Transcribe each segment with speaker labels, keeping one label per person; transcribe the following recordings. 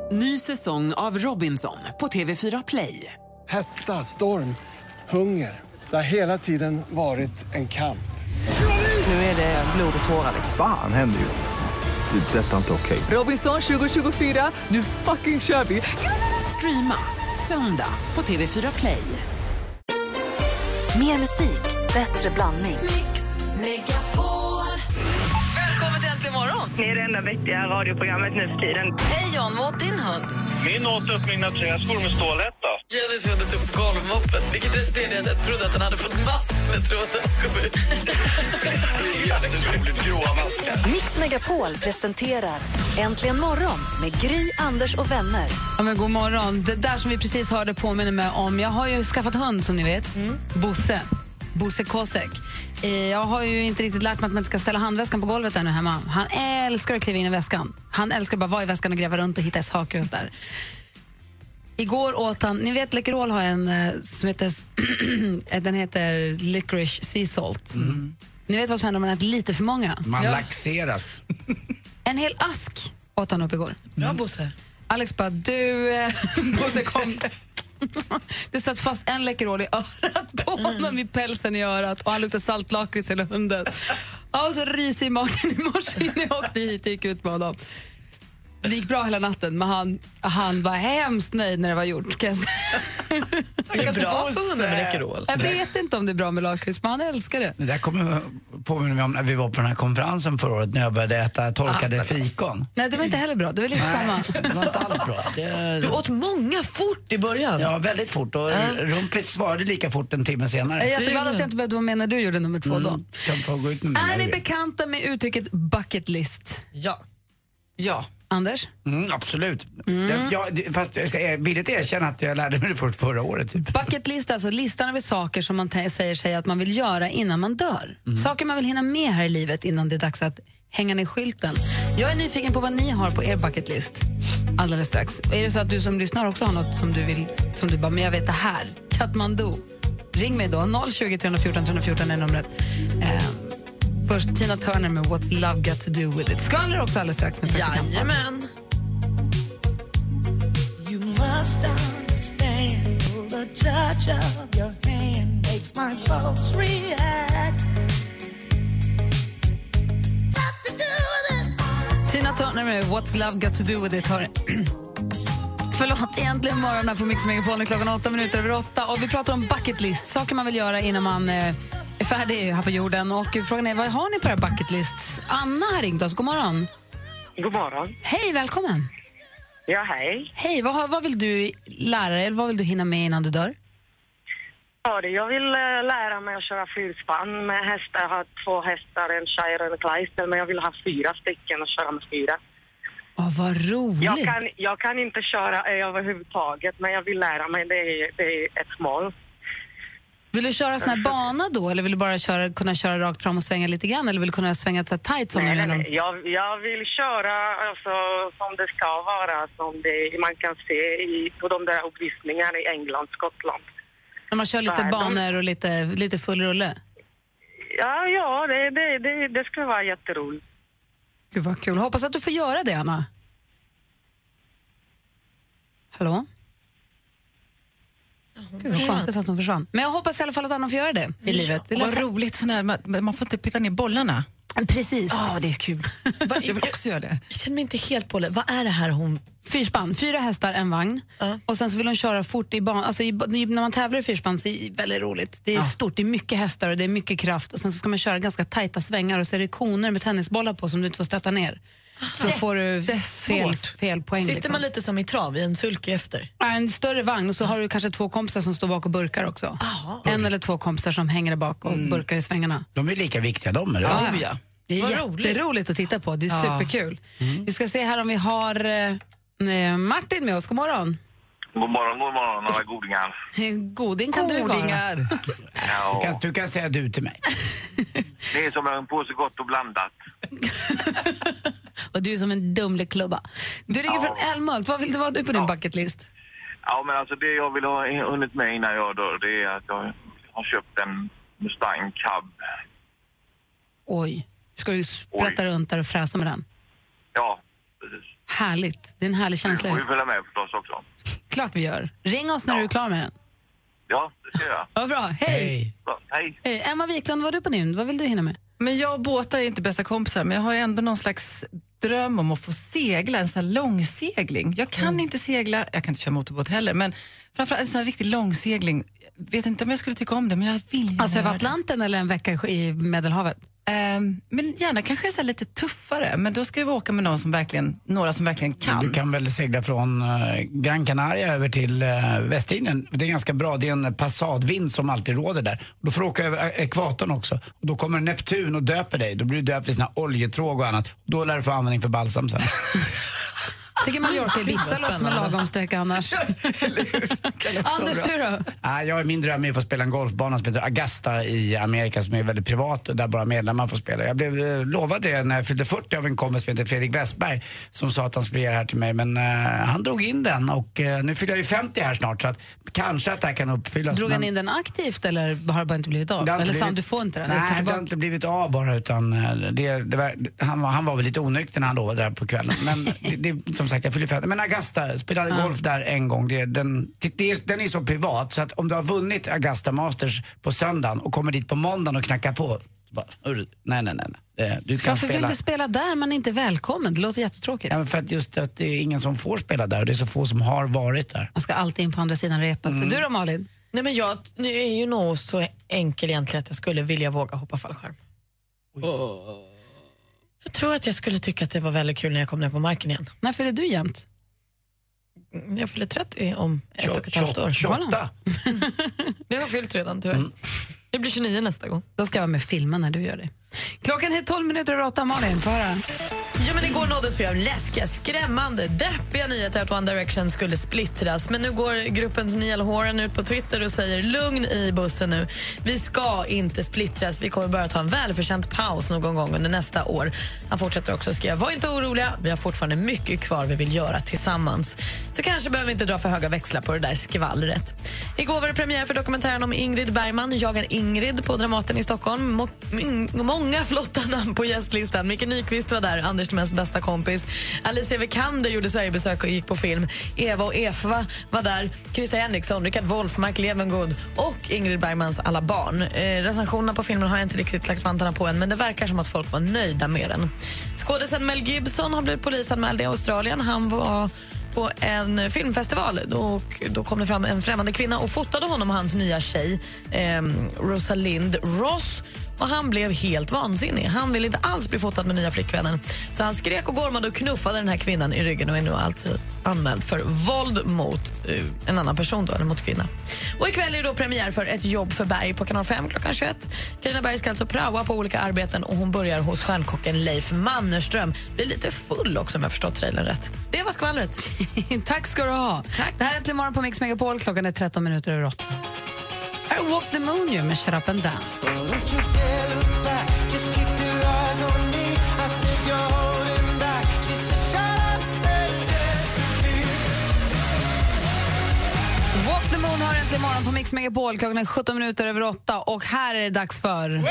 Speaker 1: Ny säsong av Robinson på TV4 Play.
Speaker 2: Hetta, storm, hunger. Det har hela tiden varit en kamp.
Speaker 1: Nu är det blod och tårar.
Speaker 3: Fan händer just det. Det är detta inte okej.
Speaker 1: Robinson 2024, nu fucking kör vi. Streama söndag på TV4 Play.
Speaker 4: Mer musik, bättre blandning.
Speaker 5: Mix Megapol. Välkommen till Äntligen morgon.
Speaker 6: Ni är det enda vettiga radioprogrammet nu för tiden.
Speaker 5: Hej John, vad åt din hund?
Speaker 7: Min åt upp mina träskor med stålhätta.
Speaker 5: Jennys hund åt upp golvmoppen, vilket resulterade i att jag trodde att den hade fått mask med tråden.
Speaker 7: Jätteroligt gråa maskar.
Speaker 4: Mix Megapol presenterar Äntligen morgon med Gry, Anders och vänner.
Speaker 8: Ja, men god morgon. Det där som vi precis hörde påminner mig om. Jag har ju skaffat hund som ni vet. Bosse Kosek. Jag har ju inte riktigt lärt mig att man inte ska ställa handväskan på golvet ännu hemma. Han älskar att kliva in i väskan. Han älskar bara vara i väskan och gräva runt och hitta saker och sådär. Igår åt han, ni vet Läkerol har en som heter den heter Licorice Sea Salt. Ni vet vad som händer om man äter lite för många?
Speaker 9: Man laxeras.
Speaker 8: En hel ask åt han upp igår.
Speaker 5: Bra Bosse.
Speaker 8: Alex bara, Bosse kom. Det satt fast en Läkerol i örat på honom, i pälsen i örat, och han luktade saltlakrits hela hunden. Och så ris i magen i morse när jag åkte hit och gick ut med honom. Det gick bra hela natten, men han var hemskt nöjd när det var gjort. Kan jag säga.
Speaker 5: Det är bra för hunden med Läkerol.
Speaker 8: Jag vet inte om det är bra med lakrits, men han älskar det.
Speaker 9: Det där kommer påminna mig om när vi var på den här konferensen förra året när jag började äta torkade fikon.
Speaker 8: Nej, det var inte heller bra. Det var lite samma.
Speaker 9: Det var inte alls bra.
Speaker 5: Du åt många fort i början.
Speaker 9: Ja, väldigt fort. Och Rumpis svarade lika fort en timme senare.
Speaker 8: Jag är jätteglad att jag inte behövde vara med när du gjorde nummer 2 då.
Speaker 9: Kan få gå ut med
Speaker 8: Är ni bekanta med uttrycket bucket list?
Speaker 5: Ja.
Speaker 8: Anders?
Speaker 9: Absolut. Fast jag ska villigt erkänna att jag lärde mig det först förra året. Typ.
Speaker 8: Bucket list, alltså listan över saker som man säger sig att man vill göra innan man dör. Saker man vill hinna med här i livet innan det är dags att hänga ner skylten. Jag är nyfiken på vad ni har på er bucket list alldeles strax. Är det så att du som lyssnar också har något som du bara, men jag vet det här. Kathmandu. Ring mig då, 020 314 314 är numret. Först Tina Turner med What's Love Got To Do With It. Skvallrar också alldeles strax med
Speaker 5: Jajamän.
Speaker 10: You must understand the touch of your hand makes my pulse react. Got to do with it.
Speaker 8: Tina Turner med What's Love Got To Do With It har förlåt, egentligen morgonen på Mix Megapol klockan 8:08. Och vi pratar om bucket list, saker man vill göra innan man är färdig här på jorden. Och frågan är, vad har ni på era bucket lists? Anna har ringt oss, god morgon.
Speaker 6: God morgon.
Speaker 8: Hej, välkommen.
Speaker 6: Ja, hej.
Speaker 8: Hej, vad vill du lära dig, eller vad vill du hinna med innan du dör?
Speaker 6: Ja, jag vill lära mig att köra fyrspann med hästar. Jag har 2 hästar, en Shire och en Clydesdale, men jag vill ha 4 stycken och köra med 4.
Speaker 8: Vad roligt.
Speaker 6: Jag kan inte köra överhuvudtaget, men jag vill lära mig, det är ett mål.
Speaker 8: Vill du köra sån här bana då, eller vill du bara kunna köra rakt fram och svänga lite grann, eller vill du kunna svänga så tight som
Speaker 6: nej,
Speaker 8: du
Speaker 6: nej. Jag vill köra alltså, som det ska vara, som man kan se på de där uppvisningarna i England, Skottland.
Speaker 8: När man kör lite banor och lite full rulle?
Speaker 6: Ja, det skulle vara jätteroligt.
Speaker 8: Gud vad kul. Hoppas att du får göra det, Anna. Hallå? Gud vad konstigt att hon försvann. Men jag hoppas i alla fall att Anna får göra det i livet. Det
Speaker 5: Vad roligt, sån här, man får inte peta ner bollarna.
Speaker 8: Precis.
Speaker 5: Det är kul. Jag vill också göra det. Jag känner mig inte helt på det. Vad är det här hon...
Speaker 8: Fyrspann, 4 hästar, en vagn. Och sen så vill hon köra fort i banan. Alltså när man tävlar i fyrspann så är det väldigt roligt. Det är stort, det är mycket hästar och det är mycket kraft. Och sen så ska man köra ganska tajta svängar och så är det koner med tennisbollar på som du inte får stötta ner. Så får du fel poäng.
Speaker 5: Sitter
Speaker 8: liksom.
Speaker 5: man lite som i trav i en sulke efter?
Speaker 8: En större vagn och så har du kanske 2 kompisar som står bak och burkar också. En eller 2 kompisar som hänger där bak och burkar i svängarna.
Speaker 9: De är lika viktiga de, eller?
Speaker 8: Ja. Det är jätteroligt att titta på. Det är superkul. Vi ska se här om vi har Martin med oss. God morgon.
Speaker 7: God morgon, alla godingar.
Speaker 8: Goding kan du vara.
Speaker 7: Ja.
Speaker 9: Du kan säga du till mig.
Speaker 7: Det är som en påse gott och blandat.
Speaker 8: Och du är som en dumleklubba. Du ringer från Älmhult. Vad vill du vara du på din bucket list?
Speaker 7: Ja, men alltså det jag vill ha hunnit med innan jag dör, det är att jag har köpt en Mustang Cab.
Speaker 8: Oj. Ska du sprätta runt där och fräsa med den?
Speaker 7: Ja, precis.
Speaker 8: Härligt. Det är en härlig känsla.
Speaker 7: Vi får följa med förstås också.
Speaker 8: Klart vi gör. Ring oss när du är klar med den.
Speaker 7: Ja, det ska jag göra.
Speaker 8: Ja, bra. Hej.
Speaker 7: Hej.
Speaker 8: Emma Wiklund, vad du på nu? Vad vill du hinna med?
Speaker 5: Men jag och båtar är inte bästa kompisar, men jag har ju ändå någon slags dröm om att få segla, en sån här långsegling. Jag kan inte segla, jag kan inte köra motorbåt heller, men framförallt en sån här riktig långsegling. Vet inte om jag skulle tycka om det, men jag vill.
Speaker 8: Alltså över Atlanten eller en vecka i Medelhavet?
Speaker 5: Men gärna kanske så här lite tuffare, men då ska vi åka med några som verkligen kan.
Speaker 9: Du kan väl segla från Gran Canaria över till Västindien. Det är ganska bra, det är en passadvind som alltid råder där. Då får du åka över ekvatorn också. Och då kommer Neptun och döper dig. Då blir du döpt i såna oljetråg och annat. Då lär du få användning för balsam sen.
Speaker 8: Tycker Mallorca Ibiza låter som en lagom sträcka annars. Anders, du då?
Speaker 9: Min dröm är att få spela en golfbana som heter Augusta i Amerika som är väldigt privat och där bara medlemmar får spela. Jag blev lovad det när jag fyllde 40 av en kompis som heter Fredrik Westberg som sa att han skulle göra det här till mig, men han drog in den och nu fyller jag ju 50 här snart så att kanske att det här kan uppfyllas.
Speaker 8: Drog han in den aktivt eller har det bara inte blivit av? Eller sa han du får inte den?
Speaker 9: Nej, det har inte blivit av bara utan han var väl lite onykter när han lovade det här på kvällen. Men det som sagt, jag fyller 50. Men Augusta, spelade golf där en gång. Den är så privat så att om du har vunnit Augusta Masters på söndagen och kommer dit på måndagen och knackar på nej. Du kan
Speaker 8: Varför vill du spela där man inte är välkommen? Det låter jättetråkigt.
Speaker 9: Ja, för att just att det är ingen som får spela där och det är så få som har varit där.
Speaker 8: Man ska alltid in på andra sidan repet. Du då, Malin?
Speaker 11: Nej, men jag är ju nog så enkel egentligen att jag skulle vilja våga hoppa fallskärm. Jag tror att jag skulle tycka att det var väldigt kul när jag kom ner på marken igen.
Speaker 8: När fyller du jämt?
Speaker 11: Jag fyller 30 om 1,5 år.
Speaker 9: 28.
Speaker 11: Det har fyllt redan, tyvärr. Det blir 29 nästa gång.
Speaker 8: Då ska jag vara med filmen när du gör det. Klockan är 12:08, Malin. Får höra.
Speaker 11: Ja, men igår nåddes vi av läskiga, skrämmande, deppiga nyheter att One Direction skulle splittras. Men nu går gruppens Niall Horan ut på Twitter och säger lugn i bussen nu. Vi ska inte splittras. Vi kommer bara ta en välförtjänt paus någon gång under nästa år. Han fortsätter också skriva, var inte oroliga. Vi har fortfarande mycket kvar vi vill göra tillsammans. Så kanske behöver vi inte dra för höga växlar på det där skvallret. Igår var det premiär för dokumentären om Ingrid Bergman. Jagar Ingrid på Dramaten i Stockholm. Många flotta namn på gästlistan. Micke Nyqvist var där, Anders mest bästa kompis. Alicia Vikander gjorde Sverigebesök och gick på film. Eva och Eva var där. Christer Henriksson, Richard Wolff, Mark Levengood och Ingrid Bergmans alla barn. Recensionerna på filmen har jag inte riktigt lagt vantarna på än, men det verkar som att folk var nöjda med den. Skådisen Mel Gibson har blivit polisanmäld i Australien. Han var på en filmfestival och då kom det fram en främmande kvinna och fotade honom och hans nya tjej Rosalind Ross. Och han blev helt vansinnig. Han ville inte alls bli fotad med nya flickvännen. Så han skrek och gormade och knuffade den här kvinnan i ryggen och är nu alltså anmäld för våld mot en annan person då, eller mot kvinna. Och ikväll är det då premiär för Ett jobb för Berg på Kanal 5 klockan 21. Carina Berg ska alltså praoa på olika arbeten och hon börjar hos stjärnkocken Leif Mannerström. Blir lite full också om jag förstått trailern rätt. Det var skvallret.
Speaker 8: Tack ska du ha. Tack. Det här är Äntligen morgon på Mix Megapol. Klockan är 13:08. Här är Walk the Moon ju med Shut Up and Dance. Walk the Moon har Äntligen morgon på Mix Megapol. Klockan är 17:08 och här är det dags för...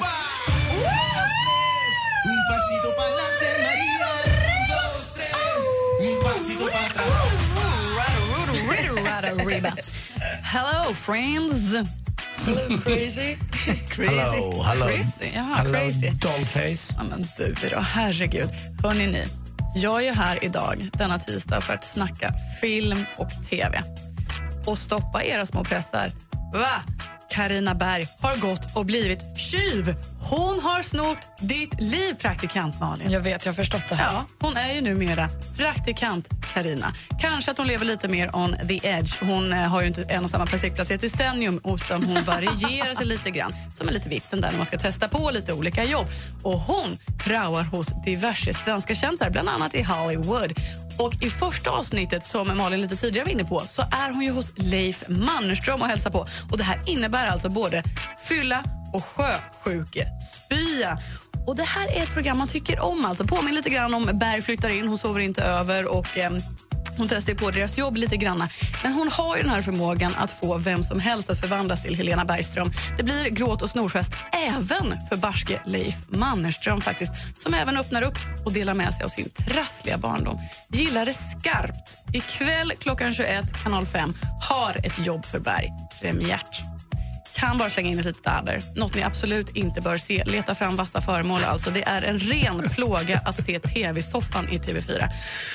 Speaker 8: Hello friends.
Speaker 11: Hello crazy.
Speaker 9: Hello.
Speaker 11: Crazy. Jaha,
Speaker 9: Hello,
Speaker 11: crazy.
Speaker 9: dollface.
Speaker 11: Ja, men du då, herregud. Hörrni ni, jag är här idag denna tisdag för att snacka film och tv. Och stoppa era små pressar. Va? Carina Berg har gått och blivit tjuv. Hon har snott ditt liv, praktikant Malin. Jag vet, jag har förstått det här. Ja, hon är ju numera praktikant Carina. Kanske att hon lever lite mer on the edge. Hon har ju inte en och samma praktikplats i ett decennium, utan hon varierar sig lite grann. Som är lite vitsen där när man ska testa på lite olika jobb. Och hon praoar hos diverse svenska kändisar, bland annat i Hollywood. Och i första avsnittet, som Malin lite tidigare var inne på, så är hon ju hos Leif Mannerström och hälsar på. Och det här innebär alltså både fylla och sjösjukespya. Och det här är ett program man tycker om. Alltså påminner lite grann om Berg flyttar in, hon sover inte över och
Speaker 12: Hon testar ju på deras jobb lite granna. Men hon har ju den här förmågan att få vem som helst att förvandlas till Helena Bergström. Det blir gråt och snorfest även för barske Leif Mannerström faktiskt. Som även öppnar upp och delar med sig av sin trassliga barndom. Gillar det skarpt. Ikväll klockan 21, kanal 5, har ett jobb för Berg. Premiärt. Kan bara slänga in ett litet aber. Något ni absolut inte bör se. Leta fram vassa föremål alltså. Det är en ren plåga att se tv-soffan i TV4.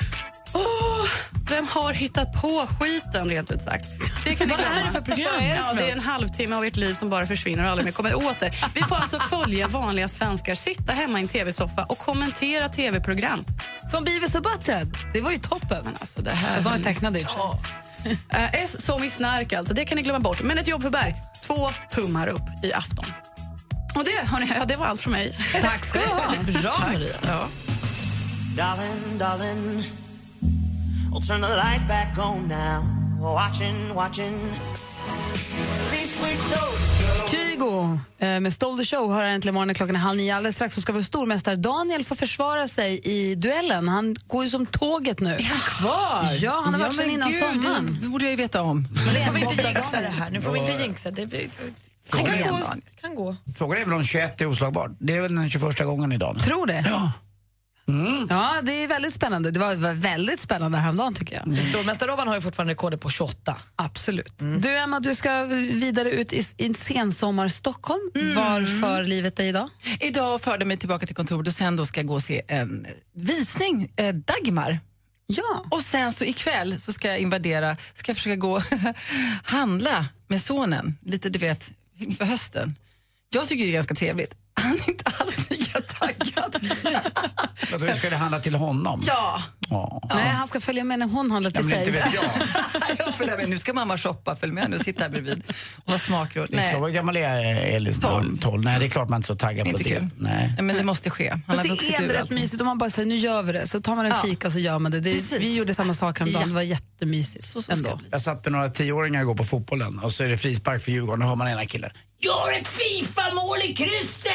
Speaker 12: Vem har hittat på skiten rent ut sagt? Det kan
Speaker 11: Vad är det för program?
Speaker 12: Ja, det är en halvtimme av ert liv som bara försvinner och aldrig mer kommer åter. Vi får alltså följa vanliga svenskar sitta hemma i en tv-soffa och kommentera tv-program.
Speaker 8: Som Beavis och Butthead. Det var ju toppen.
Speaker 12: Men alltså det här...
Speaker 8: De är tecknade i
Speaker 12: S som i snark alltså, det kan ni glömma bort. Men ett jobb för Berg, 2 tummar upp i afton. Och det, hörni, det var allt från mig.
Speaker 8: Tack ska du ha. Bra, Maria.
Speaker 12: Ja.
Speaker 10: Darling, I'll turn the lights back on now. Watching.
Speaker 8: Kygo med Stole the Show har äntligen morgonen klockan 8:30. Alldeles strax så ska vår stormästare Daniel få försvara sig i duellen. Han går ju som tåget nu.
Speaker 5: Är han kvar?
Speaker 8: Ja, han har varit sedan innan sommaren.
Speaker 5: Det borde jag ju veta om.
Speaker 11: Nu får vi inte jinxa det här. Nu får vi inte jinxa det. Kan gå.
Speaker 9: Frågan är väl om 21 är oslagbart. Det är väl den 21 gången idag.
Speaker 8: Tror det?
Speaker 9: Ja.
Speaker 8: Ja, det är väldigt spännande. Det var väldigt spännande häromdagen tycker jag.
Speaker 11: Stormästare Robban har ju fortfarande rekordet på 28.
Speaker 8: Absolut. Du Emma, du ska vidare ut i en sensommar Stockholm. Var för livet dig idag?
Speaker 5: Idag förde mig tillbaka till kontoret och sen då ska jag gå och se en visning, Dagmar.
Speaker 8: Ja.
Speaker 5: Och sen så ikväll så ska jag försöka gå handla med sonen. Lite du vet, inför hösten. Jag tycker det är ganska trevligt. Han är inte alls lika taggad.
Speaker 9: Då ska det handla till honom?
Speaker 5: Ja.
Speaker 8: Nej, han ska följa med när hon handlar till sig.
Speaker 9: Inte vet jag.
Speaker 5: Jag med. Nu ska mamma shoppa, följ med nu och sitta här bredvid och ha smakråd.
Speaker 9: Nej. Hur gammal är Elis? 12. Nej, det är klart man inte så taggad
Speaker 5: inte
Speaker 9: på
Speaker 5: kul.
Speaker 9: det. Nej.
Speaker 5: Men det måste ske. Han
Speaker 8: fast det är rätt mysigt om man bara säger nu gör vi det. Så tar man en fika och så gör man det. Vi gjorde samma sak häromdagen. Det var jättemysigt.
Speaker 5: Så
Speaker 8: ändå.
Speaker 9: Jag satt med några 10-åringar och går på fotbollen och så är det frispark för Djurgården och hör man ena killen. Gör ett FIFA-mål i krysset!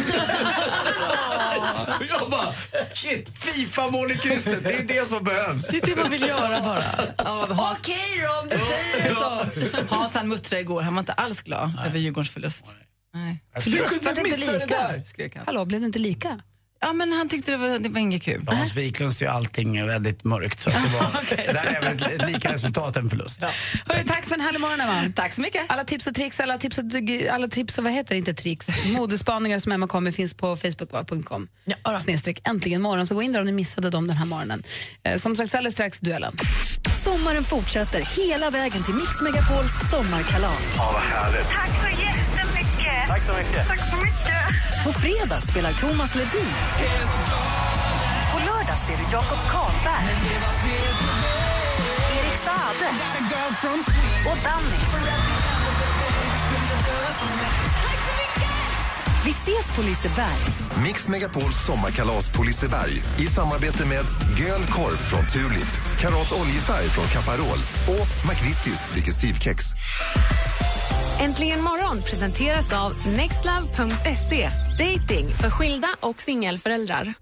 Speaker 9: Jag bara, shit, FIFA-mål i krysset, det är det som behövs.
Speaker 11: Det är det man vill göra bara.
Speaker 8: Okej då, om du säger det så.
Speaker 5: Hans han muttrade igår, han var inte alls glad över Djurgårdens förlust. Nej.
Speaker 8: Blev det inte lika? Hallå, blev det inte lika?
Speaker 5: Ja, men han tyckte det var inget kul.
Speaker 9: Hans Wiklund ser allting väldigt mörkt. Så det var, det där är väl ett lika resultat än förlust.
Speaker 8: Ja. Hörru, tack för en härlig morgon, Emma.
Speaker 5: Tack så mycket.
Speaker 8: Alla tips och tricks, alla tips och vad heter det, inte tricks, modespaningar som Emma kommer finns på facebook.com. Snedstreck äntligen morgon, så gå in där om ni missade dem den här morgonen. Som sagt, alldeles strax duellen.
Speaker 4: Sommaren fortsätter hela vägen till Mix Megapols sommarkalas.
Speaker 7: Ja, vad härligt.
Speaker 6: Tack så jättemycket.
Speaker 7: Tack så mycket.
Speaker 6: Tack så mycket.
Speaker 4: På fredag spelar Thomas Ledin. På lördag ser du Jakob Karlberg. Erik Saade. Och Danny. Vi ses på Liseberg.
Speaker 13: Mix Megapols sommarkalas på Liseberg i samarbete med Göl Korv från Tulip, Karat Oljefärg från Caparol och McVittys Digestivkex.
Speaker 14: Äntligen morgon presenteras av nextlove.se. Dating för skilda och singelföräldrar.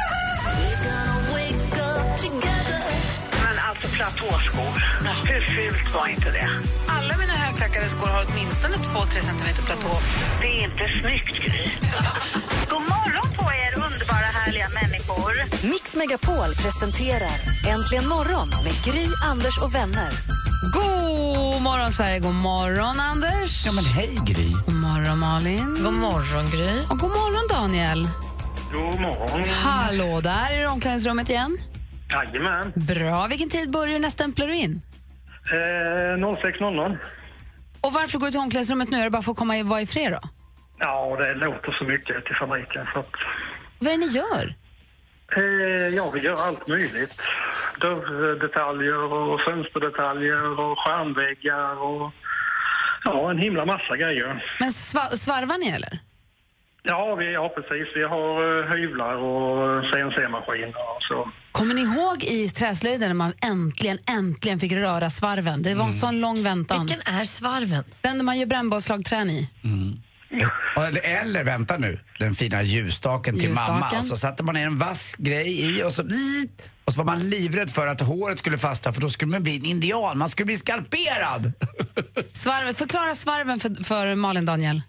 Speaker 6: Men alltså platåskor, hur fult var inte det?
Speaker 8: Alla mina högklackade skor har åtminstone 2-3 centimeter platå.
Speaker 6: Det är inte snyggt, Gry. God morgon på er underbara härliga människor.
Speaker 4: Mix Megapol presenterar Äntligen morgon med Gry, Anders och vänner.
Speaker 8: God morgon Sverige, god morgon Anders.
Speaker 9: Ja men hej Gry.
Speaker 8: God morgon Malin.
Speaker 11: God morgon Gry.
Speaker 8: Och god morgon Daniel.
Speaker 7: God morgon.
Speaker 8: Hallå, där är omklädningsrummet igen.
Speaker 7: Jajamän.
Speaker 8: Bra, vilken tid börjar när stämplar du in?
Speaker 7: 06.00.
Speaker 8: Och varför går du till omklädningsrummet nu? Är det bara för att vara i fred då?
Speaker 7: Ja, det låter så mycket till fabriken. Så att...
Speaker 8: Vad är det ni gör?
Speaker 7: Ja, vi gör allt möjligt. Dörrdetaljer och fönsterdetaljer och skärmväggar och ja, en himla massa grejer.
Speaker 8: Men svarvar ni eller?
Speaker 7: Ja, precis. Vi har hyvlar och CNC-maskiner och så.
Speaker 8: Kommer ni ihåg i träslöjden när man äntligen fick röra svarven? Det var en sån lång väntan.
Speaker 11: Vilken är svarven?
Speaker 8: Den där man gör brännbollslagträn i.
Speaker 9: Eller vänta nu, den fina ljusstaken till mamma. Och så satte man ner en vass grej i och så Och så var man livrädd för att håret skulle fastna, för då skulle man bli en indian. Man skulle bli skalperad.
Speaker 8: Förklara svarven för Malin, Daniel.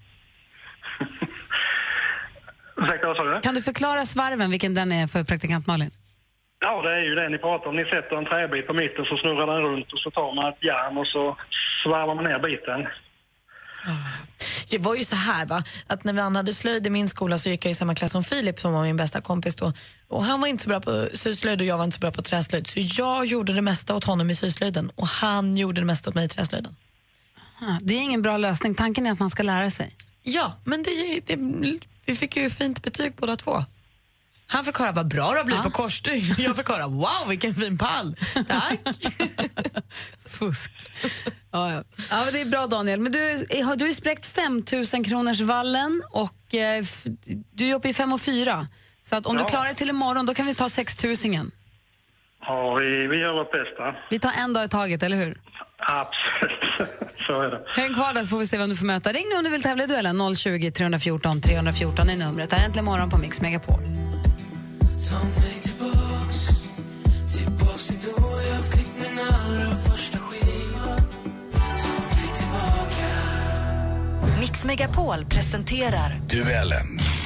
Speaker 7: Ursäkta, vad sa du?
Speaker 8: Kan du förklara svarven, vilken den är för praktikant Malin?
Speaker 7: Ja, det är ju det ni pratar om. Ni sätter en träbit på mitten, så snurrar den runt och så tar man ett järn och så svarvar man ner biten.
Speaker 11: Det var ju så här, va, att när vi hade slöjd i min skola så gick jag i samma klass som Filip, som var min bästa kompis då. Och han var inte så bra på syslöjd och jag var inte så bra på träslöjd. Så jag gjorde det mesta åt honom i syslöjden och han gjorde det mesta åt mig i träslöjden.
Speaker 8: Det är ingen bra lösning. Tanken är att man ska lära sig.
Speaker 11: Ja, men vi fick ju fint betyg båda två. Han fick höra vad bra det blir på korsstygn. Jag fick höra, wow, vilken fin pall. Tack.
Speaker 8: Fusk. Ja, det är bra, Daniel. Men du har ju spräckt 5 000 kronors vallen och du är uppe i 5 och 4. Så att om du klarar det till imorgon, då kan vi ta 6 000.
Speaker 7: Ja, vi gör vårt bästa.
Speaker 8: Vi tar en dag i taget, eller hur?
Speaker 7: Absolut. Så är det.
Speaker 8: Häng kvar där så får vi se vem du får möta. Ring nu om du vill tävla i duellen. 020 314 314 är numret. Det här är Äntligen morgon på Mix Megapol.
Speaker 10: Ta mig tillbaks till då jag fick min allra första skiva. Ta mig tillbaka.
Speaker 4: Mix Megapol presenterar
Speaker 15: Duellen.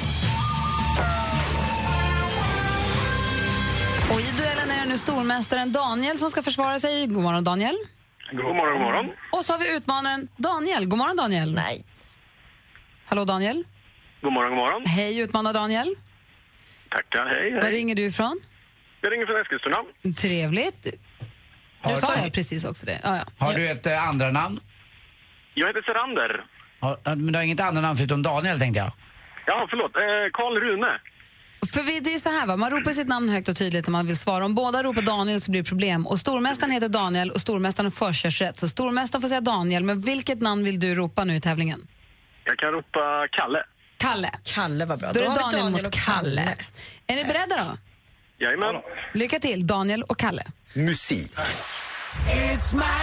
Speaker 8: Och i duellen är det nu stormästaren Daniel som ska försvara sig. God morgon, Daniel.
Speaker 7: God morgon, god morgon.
Speaker 8: Och så har vi utmanaren Daniel. God morgon, Daniel.
Speaker 11: Nej.
Speaker 8: Hallå, Daniel.
Speaker 7: God morgon, god morgon.
Speaker 8: Hej, utmanar Daniel.
Speaker 7: Tackar, hej.
Speaker 8: Var ringer du ifrån?
Speaker 7: Jag ringer från Eskilstuna.
Speaker 8: Trevligt. Det sa jag precis också det. Ja.
Speaker 9: Har du ett andra namn?
Speaker 7: Jag heter Serander.
Speaker 9: Men du har inget andra namn förutom Daniel, tänkte jag.
Speaker 7: Ja, förlåt. Karl Rune.
Speaker 8: För det är ju så här, va? Man ropar sitt namn högt och tydligt om man vill svara. Om båda ropar Daniel så blir det problem. Och stormästaren heter Daniel och stormästaren förkörs rätt. Så stormästaren får säga Daniel, men vilket namn vill du ropa nu i tävlingen?
Speaker 7: Jag kan ropa Kalle.
Speaker 11: Kalle var bra.
Speaker 8: Då är det Daniel mot Kalle. Är ni beredda då?
Speaker 7: Jajamän.
Speaker 8: Lycka till, Daniel och Kalle.
Speaker 15: Musik.
Speaker 10: It's my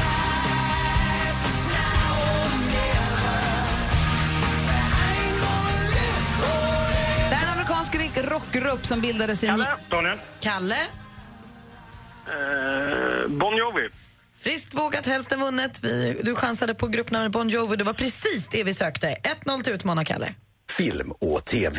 Speaker 8: Det är en amerikansk rockgrupp som bildades i...
Speaker 7: Kalle, Daniel.
Speaker 11: Kalle.
Speaker 7: Bon Jovi.
Speaker 11: Friskt vågat, hälften vunnet. Du chansade på gruppnamnet Bon Jovi. Det var precis det vi sökte. 1-0 till utmanar Kalle.
Speaker 15: Film och TV.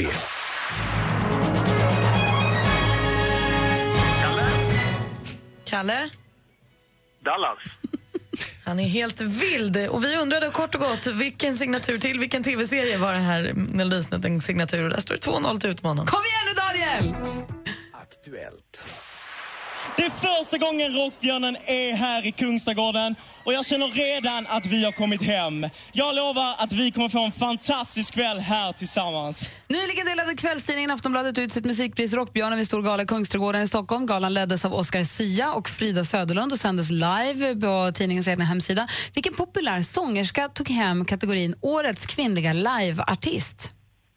Speaker 11: Kalle.
Speaker 7: Dallas.
Speaker 11: Han är helt vild. Och vi undrade kort och gott vilken signatur till vilken tv-serie var det här Melodisnet en signatur. Och där står det 2-0 till utmanaren.
Speaker 8: Kom igen nu, Daniel!
Speaker 15: Aktuellt.
Speaker 16: Det är första gången Rockbjörnen är här i Kungsträdgården och jag känner redan att vi har kommit hem. Jag lovar att vi kommer få en fantastisk kväll här tillsammans.
Speaker 8: Nyligen delade kvällstidningen Aftonbladet ut sitt musikpris Rockbjörnen vid stor gala i Kungsträdgården i Stockholm. Galan leddes av Oscar Sia och Frida Söderlund och sändes live på tidningens egna hemsida. Vilken populär sångerska tog hem kategorin Årets kvinnliga liveartist?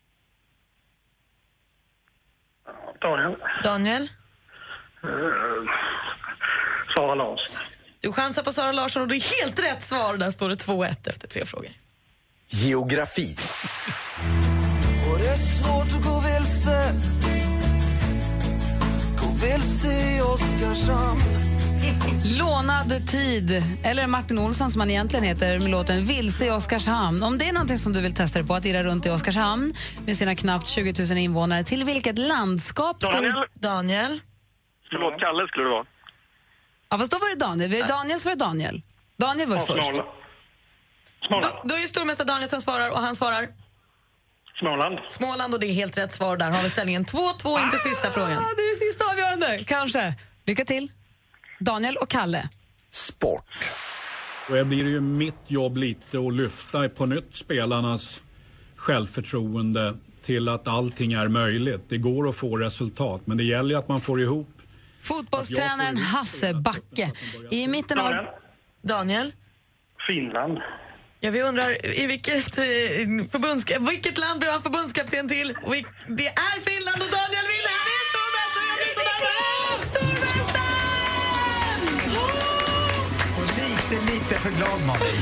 Speaker 11: Daniel?
Speaker 7: Sara Larsson.
Speaker 11: Du chansar på Sara Larsson och det är helt rätt svar. Där står det 2-1 efter 3 frågor.
Speaker 15: Geografi.
Speaker 10: Och det är svårt att gå vilse. Gå vilse i Oskarshamn.
Speaker 8: Lånad tid, eller Martin Olsson som han egentligen heter, med låten Vilse i Oskarshamn. Om det är någonting som du vill testa dig på, att irra runt i Oskarshamn med sina knappt 20 000 invånare, till vilket landskap ska du...
Speaker 11: Daniel?
Speaker 7: Förlåt, Kalle skulle det vara.
Speaker 8: Ja, fast då var det Daniel. Var det Daniel så var det Daniel. Daniel var först.
Speaker 11: Då är det stormästare Daniel som svarar och han svarar... Småland och det är helt rätt svar. Där har vi ställningen 2-2 inför sista frågan.
Speaker 8: Det är det sista avgörande, kanske. Lycka till. Daniel och Kalle.
Speaker 15: Sport.
Speaker 17: Och här blir det ju mitt jobb lite att lyfta på nytt spelarnas självförtroende till att allting är möjligt. Det går att få resultat, men det gäller att man får ihop.
Speaker 8: Fotbollstränaren Hasse Backe. I mitten av...
Speaker 11: Daniel?
Speaker 7: Finland.
Speaker 11: Ja, vi undrar i vilket land blev han förbundskapten till? Och det är Finland och Daniel vinner. Han är stormästare!
Speaker 9: Och lite för glad, Malin.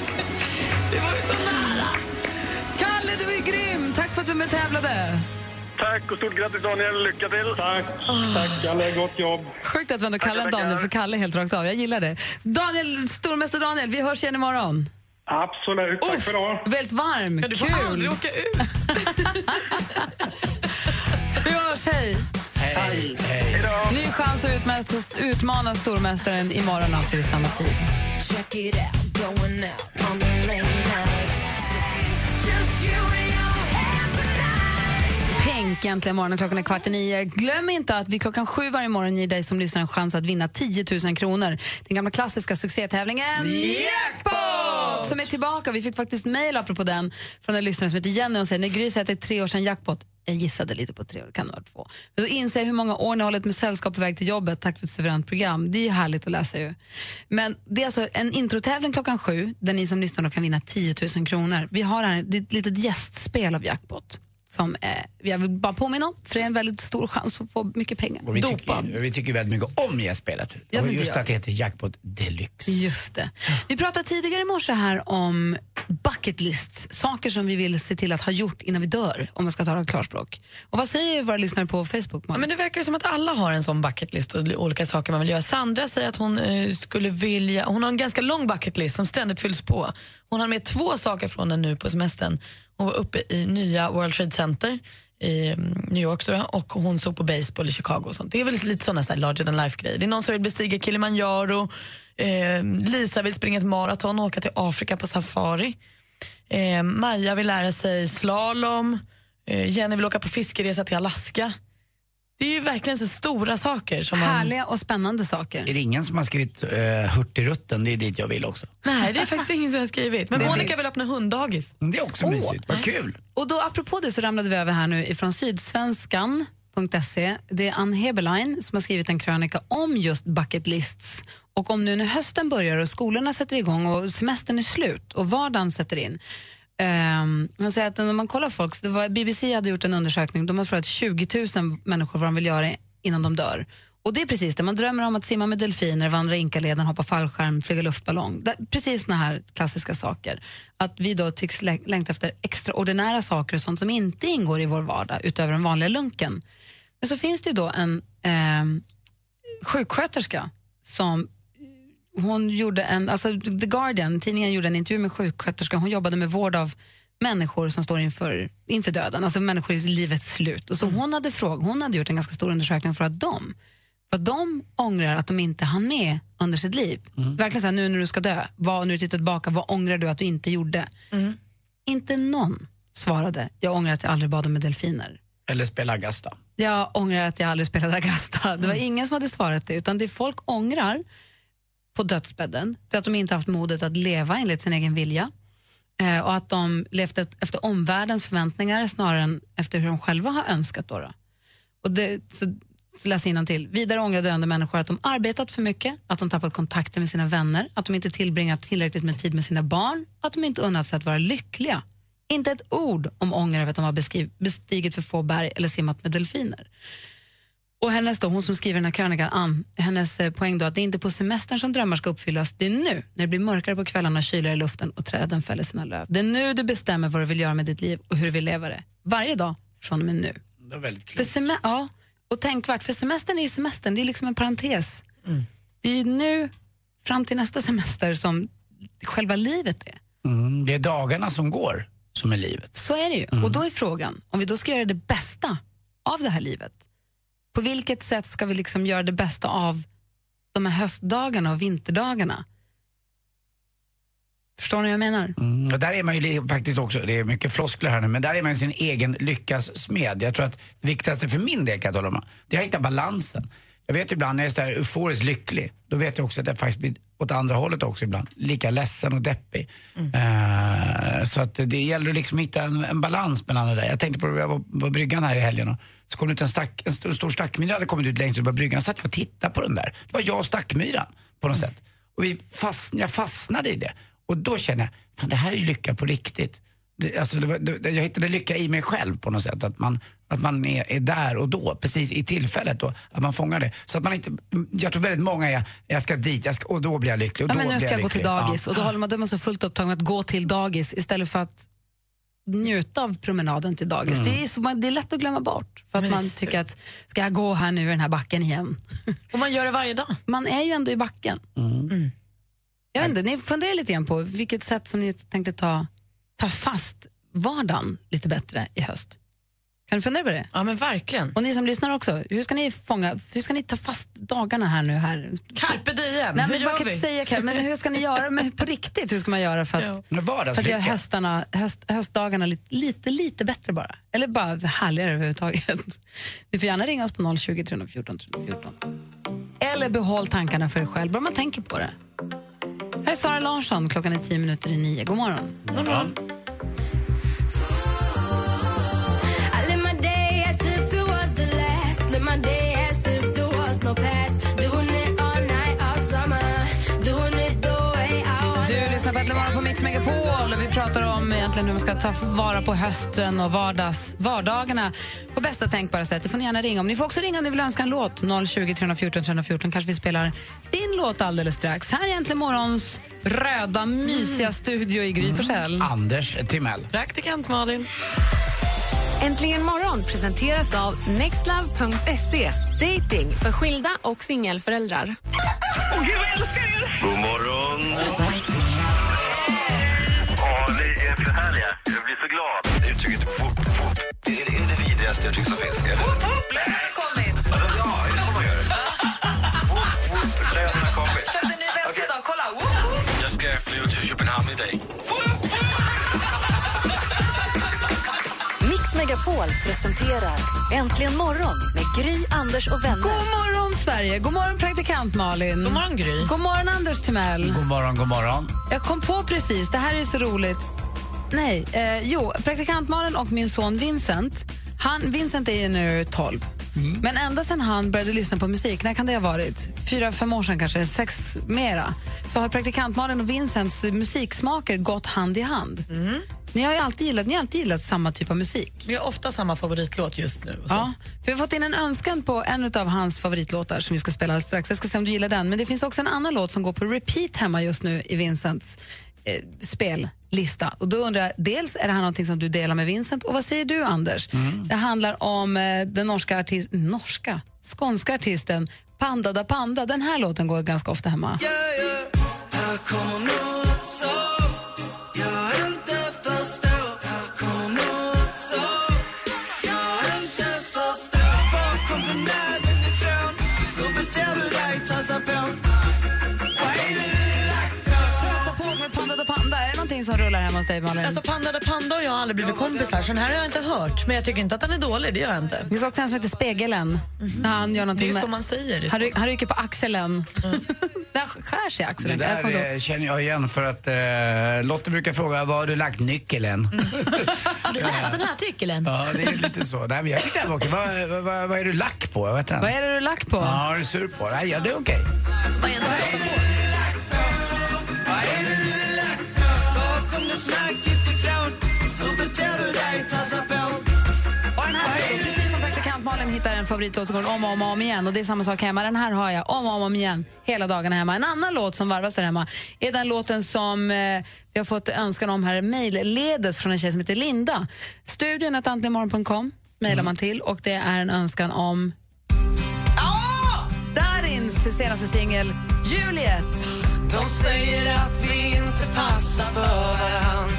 Speaker 11: Det var ju så nära.
Speaker 8: Kalle, du är grym. Tack för att du med tävlade.
Speaker 7: Tack och stort grattis Daniel, lycka till. Tack, Kalle, gott jobb.
Speaker 8: Sjukt att vi ändå kallar Daniel för Kalle helt rakt av, jag gillar det. Daniel, stormästare Daniel, vi hörs igen imorgon.
Speaker 7: Absolut, tack för idag.
Speaker 8: Väldigt varm,
Speaker 11: du får
Speaker 8: kul.
Speaker 11: aldrig åka ut.
Speaker 8: Vi hörs, hej.
Speaker 9: Hej.
Speaker 8: Ny chans att utmana stormästaren imorgon, alltså vid samma tid.
Speaker 10: Check it out, going out on the late night. Just you and your hands tonight.
Speaker 8: Pink, egentligen morgon, klockan är 8:15. Glöm inte att vi klockan 7 varje morgon ger dig som lyssnar en chans att vinna 10 000 kronor. Den gamla klassiska succétävlingen Jackpot! Som är tillbaka. Vi fick faktiskt mejl apropå den från en lyssnare som heter Jenny och säger, när Gry säger att det är 3 år sedan Jackpot. Jag gissade lite på 3 år, kan det vara 2. Men då inser jag hur många år ni har hållit med sällskap på väg till jobbet. Tack för ett suveränt program. Det är ju härligt att läsa ju. Men det är alltså en introtävling klockan 7 där ni som lyssnar kan vinna 10 000 kronor. Vi har här ett litet gästspel av Jackpot som jag vill bara påminna om, för det är en väldigt stor chans att få mycket pengar.
Speaker 9: Och vi tycker väldigt mycket om gästspelet.
Speaker 8: Ja,
Speaker 9: och just att det heter Jackpot Deluxe.
Speaker 8: Just det. Vi pratade tidigare i morse här om bucket lists, saker som vi vill se till att ha gjort innan vi dör, om man ska tala klarspråk. Och vad säger våra lyssnare på Facebook?
Speaker 11: Ja, men det verkar ju som att alla har en sån bucket list och olika saker man vill göra. Sandra säger att hon skulle vilja, hon har en ganska lång bucket list som ständigt fylls på. Hon har med 2 saker från den nu på semestern. Hon var uppe i nya World Trade Center i New York då, och hon såg på baseball i Chicago och sånt. Det är väl lite sådana så här larger than life grejer. Det är någon som vill bestiga Kilimanjaro, Lisa vill springa ett maraton och åka till Afrika på safari. Maja vill lära sig slalom, Jenny vill åka på fiskeresa till Alaska. Det är ju verkligen så stora saker som
Speaker 8: härliga och spännande saker.
Speaker 9: Är det ingen som har skrivit Hurtigrutten? Det är dit jag vill också.
Speaker 11: Nej, det är faktiskt ingen som har skrivit. Men Monica vill öppna hunddagis.
Speaker 9: Det är också mysigt, vad kul.
Speaker 8: Och då apropå det så ramlade vi över här nu ifrån sydsvenskan.se. Det är Ann Heberlein som har skrivit en krönika om just bucket lists. Och om nu när hösten börjar och skolorna sätter igång och semestern är slut och vardagen sätter in. Man säger att när man kollar folk, BBC hade gjort en undersökning, de har frågat 20 000 människor vad de vill göra innan de dör. Och det är precis det, man drömmer om att simma med delfiner, vandra Inkaleden, hoppa fallskärm, flyga luftballong. Precis såna här klassiska saker. Att vi då tycks längta efter extraordinära saker och sånt som inte ingår i vår vardag utöver den vanliga lunken. Men så finns det ju då en sjuksköterska som hon gjorde alltså The Guardian, tidningen gjorde en intervju med sjuksköterska. Hon jobbade med vård av människor som står inför döden, alltså människor i livets slut. Och så hon hade gjort en ganska stor undersökning för att de ångrar att de inte hann med under sitt liv. Verkligen så här, nu när du ska dö, när du tittar tillbaka, vad ångrar du att du inte gjorde? Inte någon svarade, jag ångrar att jag aldrig bad med delfiner.
Speaker 9: Eller spela Agasta.
Speaker 8: Jag ångrar att jag aldrig spelade Agasta. Det var ingen som hade svarat det, utan det folk ångrar på dödsbädden, det är att de inte haft modet att leva enligt sin egen vilja och att de levt efter omvärldens förväntningar snarare än efter hur de själva har önskat då. Och så läs innantill. Vidare ångrar döende människor att de arbetat för mycket, att de tappat kontakten med sina vänner, att de inte tillbringat tillräckligt med tid med sina barn, att de inte unnat sig att vara lyckliga. Inte ett ord om ånger över att de har bestigit för få berg eller simmat med delfiner. Och hennes då, hon som skriver den här krönikan, Ann, hennes poäng då att det är inte på semestern som drömmar ska uppfyllas, det är nu, när det blir mörkare på kvällarna, kyligare i luften och träden fäller sina löv. Det är nu du bestämmer vad du vill göra med ditt liv och hur du vill leva det. Varje dag från och med nu.
Speaker 9: Det är väldigt klokt.
Speaker 8: Ja, och tänkvärt, för semestern är ju semestern, det är liksom en parentes. Det är ju nu fram till nästa semester som själva livet är.
Speaker 9: Det är dagarna som går som är livet.
Speaker 8: Så är det ju. Och då är frågan, om vi då ska göra det bästa av det här livet, på vilket sätt ska vi liksom göra det bästa av de här höstdagarna och vinterdagarna? Förstår ni vad jag menar?
Speaker 9: Och där är man ju faktiskt också, det är mycket floskler här nu, men där är man sin egen lyckas smed. Jag tror att det viktigaste för min del, kan jag tala om, det är att hitta balansen. Jag vet ibland när jag är så här euforiskt lycklig, då vet jag också att jag faktiskt blir åt andra hållet också ibland. Lika ledsen och deppig. Så att det gäller att liksom hitta en balans mellan det där. Jag tänkte på det, jag var på bryggan här i helgen och så kom det ut en stor stackmyra hade kommit ut längst ut på bryggan. Så satt jag och tittade på den där. Det var jag och stackmyran på något sätt. Och jag fastnade i det. Och då kände jag, fan, det här är lycka på riktigt. Jag hittade lycka i mig själv på något sätt. Att man är där och då, precis i tillfället då, att man fångar det. Så att man inte, jag tror väldigt många jag ska dit, och då blir jag lycklig. Och
Speaker 8: ja,
Speaker 9: då
Speaker 8: men nu ska jag gå till dagis.
Speaker 9: Ja.
Speaker 8: Och då håller man så fullt upptagen med att gå till dagis istället för att njuta av promenaden till dagis. Det är lätt att glömma bort för att man tycker att ska jag gå här nu i den här backen igen?
Speaker 11: Och man gör det varje dag.
Speaker 8: Man är ju ändå i backen. Jag vet inte, ni funderar lite grann på vilket sätt som ni tänkte ta fast vardagen lite bättre i höst. Kan du fundera på det?
Speaker 11: Ja, men verkligen.
Speaker 8: Och ni som lyssnar också, hur ska ni ta fast dagarna här nu här?
Speaker 11: Carpe diem,
Speaker 8: Nej,
Speaker 11: hur
Speaker 8: men
Speaker 11: gör
Speaker 8: man kan
Speaker 11: vi?
Speaker 8: inte säga, men hur ska ni göra men på riktigt? Hur ska man göra för att göra höstdagarna lite bättre bara? Eller bara härligare överhuvudtaget? Ni får gärna ringa oss på 020 314 314. Eller behåll tankarna för er själv, bara man tänker på det. Här är Sara Larsson, klockan är 9:10. God morgon.
Speaker 11: God morgon.
Speaker 8: Du lyssnar på Äntligen morgon på Mix Megapol och vi pratar om egentligen hur man ska ta vara på hösten och vardagarna på bästa tänkbara sätt. Det får ni gärna ringa om. Ni får också ringa om ni vill önska en låt. 020 314 314. Kanske vi spelar din låt alldeles strax. Här är Äntligen morgons röda, mysiga studio i Gry Forssell.
Speaker 9: Anders Timell.
Speaker 11: Praktikant Malin.
Speaker 14: Äntligen morgon presenteras av nextlove.se. Dating för skilda och singelföräldrar.
Speaker 10: Åh gud, jag älskar er! God morgon!
Speaker 18: Ni är för härliga. Jag blir så glad. Uttrycket whoop, whoop. Det är det vidrigaste uttryck som finns. Whoop, whoop, lönen har kommit. Ja, är det så man gör? Whoop, whoop, lönen har kommit.
Speaker 5: Köpte en ny väska idag, kolla. Whoop, whoop.
Speaker 18: Jag ska flyga till Köpenhamn idag.
Speaker 4: Mix Megapol presenterar Äntligen morgon med Gry, Anders och vänner.
Speaker 8: God morgon Sverige, god morgon praktikant Malin.
Speaker 11: God morgon Gry.
Speaker 8: God morgon Anders Timell.
Speaker 9: God morgon.
Speaker 8: Jag kom på precis, det här är så roligt. Praktikant Malin och min son Vincent. Vincent är ju nu 12. Men ända sedan han började lyssna på musik, när kan det ha varit? 4-5 år sedan kanske, 6 mera. Så har praktikant Malin och Vincents musiksmaker gått hand i hand. Ni har ju alltid gillat samma typ av musik.
Speaker 11: Vi har ofta samma favoritlåt just nu.
Speaker 8: Ja, för vi har fått in en önskan på en av hans favoritlåtar som vi ska spela strax. Jag ska se om du gillar den. Men det finns också en annan låt som går på repeat hemma just nu i Vincents spellista. Och då undrar jag, dels är det här någonting som du delar med Vincent, och vad säger du Anders? Det handlar om den skånska artisten Panda da Panda. Den här låten går ganska ofta hemma.
Speaker 10: Här kommer något som jag inte förstår. Här kommer något som jag inte förstår. Var kom den näven ifrån? Hur beter du dig? Tassa på. Vad är det du lagt på?
Speaker 8: Tassa på med Panda da Panda. Är det någonting som rullar hemma hos dig, Malin?
Speaker 11: Alltså Panda da Panda och jag har aldrig blivit kompisar, så den här har jag inte hört. Men jag tycker inte att den är dålig, det gör jag inte.
Speaker 8: Det finns också en som heter Spegeln. När han gör någonting
Speaker 11: det är som man säger.
Speaker 8: Han rycker på axeln. Där skär sig axeln.
Speaker 9: Det där känner jag igen för att Lotte brukar fråga, var har du lagt nyckeln?
Speaker 11: Har du läst den här artikeln?
Speaker 9: Ja, det är lite så. Nej, men jag tyckte det var okej. Vad är du lack på? Vad
Speaker 8: är det du lack på?
Speaker 9: Ja, är du sur på? Nej, ja, det är okej.
Speaker 11: Vad är en tassa på?
Speaker 10: Vad är det du lagt på? Var kom det snacket ifrån? Hur beter du dig? Tassa på.
Speaker 8: Och den här, precis som praktikant Malin hittar en favoritlåt så går den om och om igen. Och det är samma sak hemma. Den här har jag om igen hela dagarna hemma. En annan låt som varvas där hemma är den låten som vi har fått önskan om här, mejlledes från en tjej som heter Linda. Studion @antligenmorgon.com mejlar man till, och det är en önskan om Darins senaste singel Juliet.
Speaker 10: De säger att vi inte passar för varann.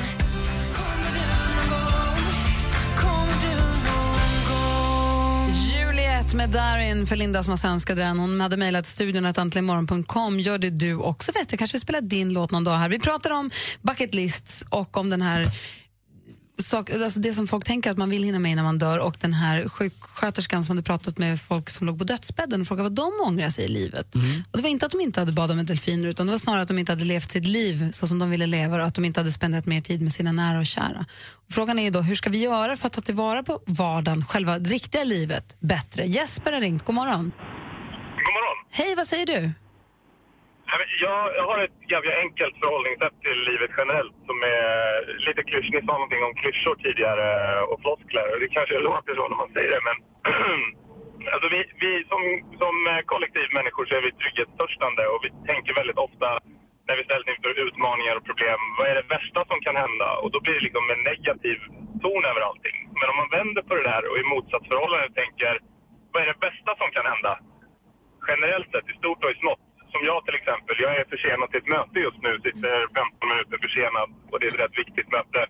Speaker 8: Juliet med Darin för Linda som har önskat den. Hon hade mejlat studion @antligenmorgon.com. Gör det du också, vet du. Kanske vi spelar din låt någon dag här. Vi pratar om bucket lists och om den här alltså det som folk tänker att man vill hinna med när man dör, och den här sjuksköterskan som hade pratat med folk som låg på dödsbädden och frågade vad de ångrar sig i livet. Och det var inte att de inte hade badat med delfiner, utan det var snarare att de inte hade levt sitt liv så som de ville leva, och att de inte hade spenderat mer tid med sina nära och kära. Och frågan är ju då, hur ska vi göra för att ta tillvara på vardagen, själva det riktiga livet, bättre? Jesper har ringt, god morgon.
Speaker 19: God morgon.
Speaker 8: Hej, vad säger du?
Speaker 19: Jag har ett ganska enkelt förhållningssätt till livet generellt som är lite klyschigt. Ni sa någonting om klyschor tidigare och floskler. Det kanske låter så när man säger det, men alltså vi som kollektiv människor så är vi trygghetstörstande, och vi tänker väldigt ofta när vi ställs inför utmaningar och problem. Vad är det värsta som kan hända? Och då blir det liksom en negativ ton över allting. Men om man vänder på det där och i motsatsförhållande tänker, vad är det bästa som kan hända? Generellt sett, i stort och i smått. Som jag till exempel, jag är försenad till ett möte just nu, sitter 15 minuter försenad och det är ett rätt viktigt möte.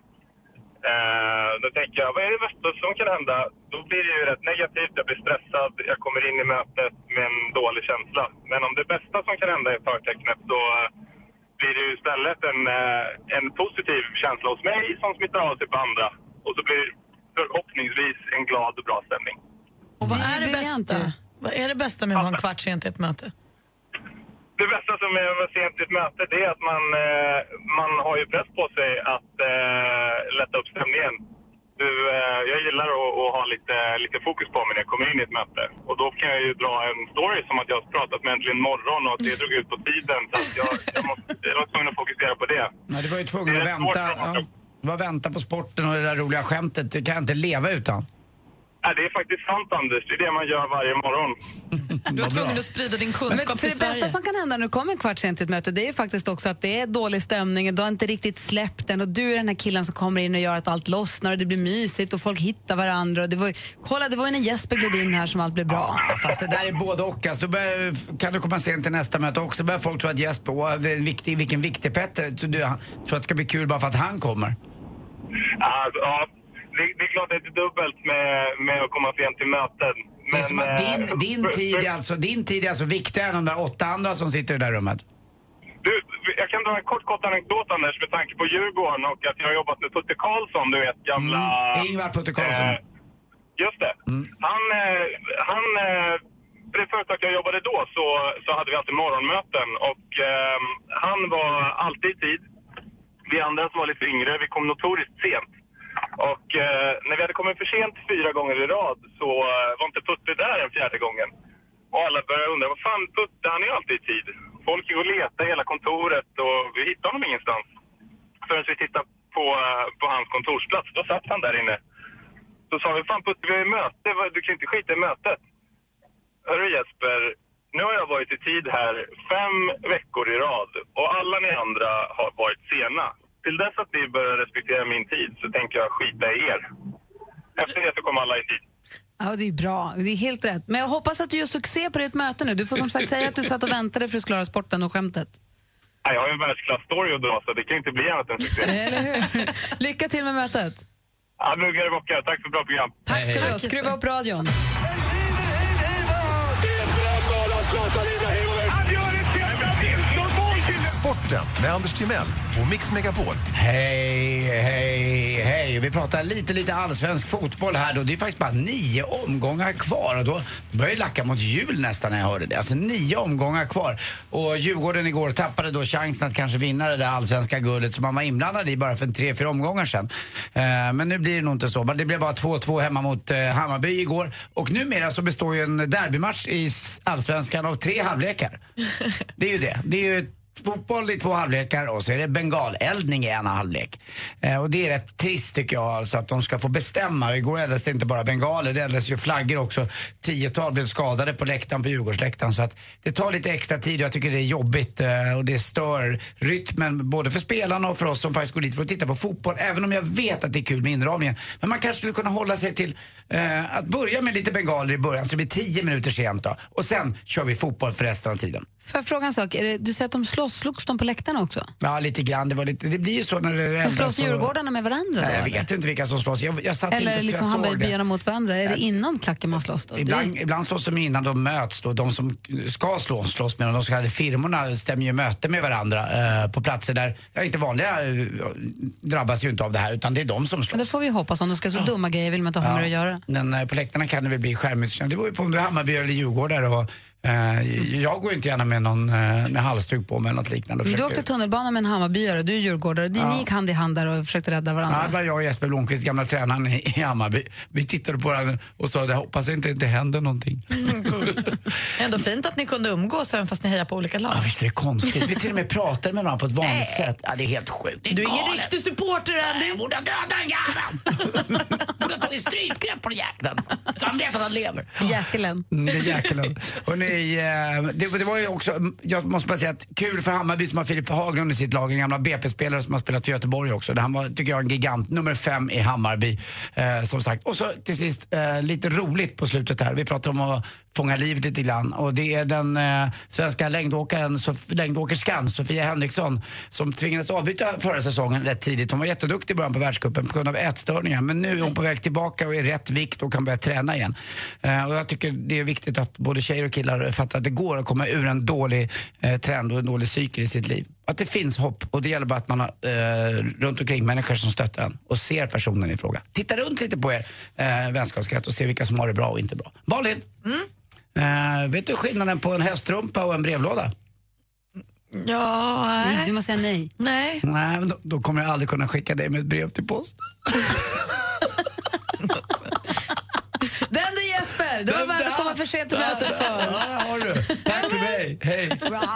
Speaker 19: Då tänker jag, vad är det värsta som kan hända? Då blir det ju rätt negativt, jag blir stressad, jag kommer in i mötet med en dålig känsla. Men om det bästa som kan hända är förtecknet så blir det ju istället en positiv känsla hos mig som smittar av sig på andra. Och så blir förhoppningsvis en glad och bra stämning.
Speaker 11: Och vad är det bästa? Vad är det bästa med att vara en kvart sent till ett möte?
Speaker 19: Det bästa som är att vara sent till ett möte, det är att man har ju press på sig att lätta upp stämningen. Jag gillar att ha lite fokus på mig när jag kommer in i ett möte. Och då kan jag ju dra en story som att jag har pratat med Äntligen morgon och att det drog ut på tiden. Så att jag var tvungen att fokusera på det.
Speaker 9: Nej, du var ju tvungen att vänta. Vänta på sporten och det där roliga skämtet. Det kan jag inte leva utan.
Speaker 19: Ja, det är faktiskt sant, Anders. Det är det man gör varje morgon.
Speaker 11: Du är tvungen att sprida din kunskap
Speaker 8: till Sverige. Det bästa som kan hända när du kommer en kvart sent till ett möte, det är ju faktiskt också att det är dålig stämning, du har inte riktigt släppt den och du är den här killen som kommer in och gör att allt lossnar och det blir mysigt och folk hittar varandra. Och det var ju när Jesper gled in här som allt blev bra.
Speaker 9: Ja, fast det där är både och. Alltså, kan du komma sent till nästa möte också börjar folk tro att Jesper, vilken viktig Petter, du tror att det ska bli kul bara för att han kommer.
Speaker 19: Ja. Det är klart att det är dubbelt med att komma sent till möten. Men,
Speaker 9: det är som att din tid är alltså viktigare än de där 8 andra som sitter i det där rummet.
Speaker 19: Du, jag kan dra en kort anekdot, Anders, med tanke på Djurgården och att jag har jobbat med Putte Karlsson, du vet, gamla...
Speaker 9: Ingvar Putte Karlsson.
Speaker 19: Just det. Han på det företag jag jobbade då så hade vi alltid morgonmöten och han var alltid i tid. Vi andra som var lite yngre, vi kom notoriskt sent. Och när vi hade kommit för sent 4 gånger i rad så var inte Putte där den 4:e gången. Och alla började undra, vad fan, Putte, han är ju alltid i tid. Folk gick och letade i hela kontoret och vi hittade honom ingenstans. Förrän vi tittade på hans kontorsplats, då satt han där inne. Så sa vi, fan Putte, vi har ju möte, du kan inte skita i mötet. Hörru Jesper, nu har jag varit i tid här 5 veckor i rad och alla ni andra har varit sena. Till dess att ni börjar respektera min tid så tänker jag skita i er. Efter det så kommer alla i tid.
Speaker 8: Ja, det är bra. Det är helt rätt. Men jag hoppas att du gör succé på ditt möte nu. Du får som sagt säga att du satt och väntade för att klara sporten och skämtet.
Speaker 19: Ja, jag har ju en världsklass-story att dra så det kan inte bli annat än succé.
Speaker 8: Eller hur? Lycka till med mötet.
Speaker 19: Ja, lugga er bockar. Tack för bra program.
Speaker 8: Tack ska du ha. Skruva upp radion.
Speaker 13: Sporten med Anders Timell och Mix Megapol.
Speaker 9: Hej. Vi pratar lite allsvensk fotboll här då. Det är faktiskt bara 9 omgångar kvar och då börjar det lacka mot jul nästan när jag hörde det. Alltså 9 omgångar kvar. Och Djurgården igår tappade då chansen att kanske vinna det där allsvenska guldet som man var inblandad i bara för 3-4 omgångar sedan. Men nu blir det nog inte så. Det blev bara 2-2 hemma mot Hammarby igår. Och numera så består ju en derbymatch i allsvenskan av 3 halvlekar. Det är ju det. Det är ju fotboll i 2 halvlekar och så är det bengaleldning i en halvlek. Och det är rätt trist tycker jag alltså att de ska få bestämma. Igår eldades det inte bara bengaler, det eldades ju flaggor också. 10-tal blev skadade på läktaren, på Djurgårdsläktaren. Så att det tar lite extra tid och jag tycker det är jobbigt och det stör rytmen både för spelarna och för oss som faktiskt går dit för att titta på fotboll. Även om jag vet att det är kul med inramningen. Men man kanske skulle kunna hålla sig till att börja med lite bengaler i början så det blir 10 minuter sent då. Och sen kör vi fotboll för resten av tiden.
Speaker 8: Får jag fråga en sak? Du säger att de slogs de på läktarna också?
Speaker 9: Ja, lite grann. Det blir ju så när det
Speaker 8: är. Slåss Djurgårdarna med varandra då?
Speaker 9: Nej, jag vet inte vilka som slåss. Jag satt
Speaker 8: eller
Speaker 9: inte
Speaker 8: liksom Hammarbyarna mot varandra. Är det inom klacken man slåss då?
Speaker 9: Ibland slåss de innan de möts då. De som ska slåss med de så kallade firmorna stämmer ju möte med varandra på platser där inte vanliga drabbas ju inte av det här utan det är de som slåss.
Speaker 8: Men det får vi hoppas om de ska så dumma grejer vill man inte ha med att göra.
Speaker 9: Men på läktarna kan det väl bli skärmutsändning. Det var ju på om du är Hammarby eller Djurgårdare och jag går inte gärna med någon med halsduk på mig eller något liknande.
Speaker 8: Du åkte tunnelbana med en Hammarbyare, du är djurgårdare. Ni gick hand i hand där och försökte rädda varandra.
Speaker 9: Ja, det var jag och Jesper Blomqvist, gamla tränaren i Hammarby. Vi tittade på varandra och sa, jag hoppas inte det händer någonting.
Speaker 11: Ändå fint att ni kunde umgås även fast ni hejar på olika lag.
Speaker 9: Ja, visst är det konstigt. Vi till och med pratade med varandra på ett vanligt sätt. Ja, det är helt sjukt.
Speaker 11: Du är ingen riktig supporter, Andy.
Speaker 9: Jag borde döda den jäveln. Borde ha tagit strypgrepp på den jäkeln. Så han vet att han lever.
Speaker 8: Jäkelen.
Speaker 9: Det är jäkelen. Hörrni, sig, det var ju också, jag måste bara säga att kul för Hammarby som har Filip Haglund i sitt lag, en gamla BP-spelare som har spelat för Göteborg också. Han var, tycker jag, en gigant, nummer 5 i Hammarby, som sagt. Och så till sist, lite roligt på slutet här. Vi pratar om att fånga livet lite grann. Och det är den svenska längdåkerskan Sofia Henriksson som tvingades avbryta förra säsongen rätt tidigt. Hon var jätteduktig i början på världscupen på grund av ätstörningar. Men nu är hon på väg tillbaka och är rätt vikt och kan börja träna igen. Och jag tycker det är viktigt att både tjejer och killar fattar att det går att komma ur en dålig trend och en dålig cykel i sitt liv. Att det finns hopp, och det gäller bara att man har runt omkring människor som stöttar en och ser personen i fråga. Titta runt lite på er vänskapskrets och se vilka som har det bra och inte bra. Malin, vet du skillnaden på en hästrumpa och en brevlåda?
Speaker 11: Ja,
Speaker 8: nej. Du måste säga nej.
Speaker 11: Nej.
Speaker 9: Nej, då kommer jag aldrig kunna skicka dig med ett brev till post.
Speaker 8: Den du Jesper, det var värt att komma för sent till mötet för.
Speaker 9: Ja, har du. Tack för mig, hej.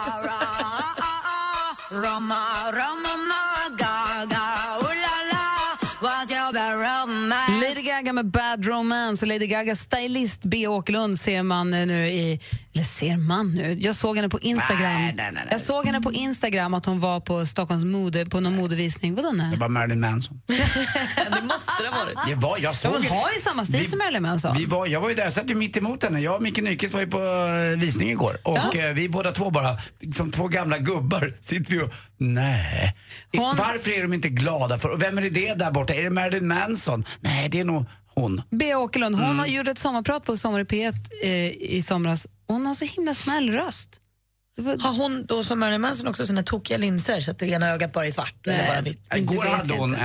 Speaker 8: Lady Gaga med Bad Romance och Lady Gagas stylist B. Åkerlund ser man nu jag såg henne på Instagram.
Speaker 9: Nej.
Speaker 8: Jag såg henne på Instagram att hon var på Stockholms mode på någon modevisning. Vadå nej?
Speaker 9: Det var Marilyn Manson.
Speaker 11: Det måste det ha varit.
Speaker 9: Jag såg
Speaker 8: hon har ju samma stil som Marilyn Manson.
Speaker 9: Jag var ju där, satt ju mitt emot henne. Jag och Micke Nyqvist var ju på visning igår. Och vi båda två bara, som två gamla gubbar, sitter vi och nej. Varför är de inte glada för? Och vem är det där borta? Är det Marilyn Manson? Nej, det är nog hon.
Speaker 8: B. Åkerlund, hon har gjort ett sommarprat på Sommar i P1 i somras. Hon har så himla snäll röst.
Speaker 11: Har hon då som Marilyn Manson också såna tokiga linser så att det ena ögat bara är svart? Eller bara vitt?
Speaker 9: Igår hade hon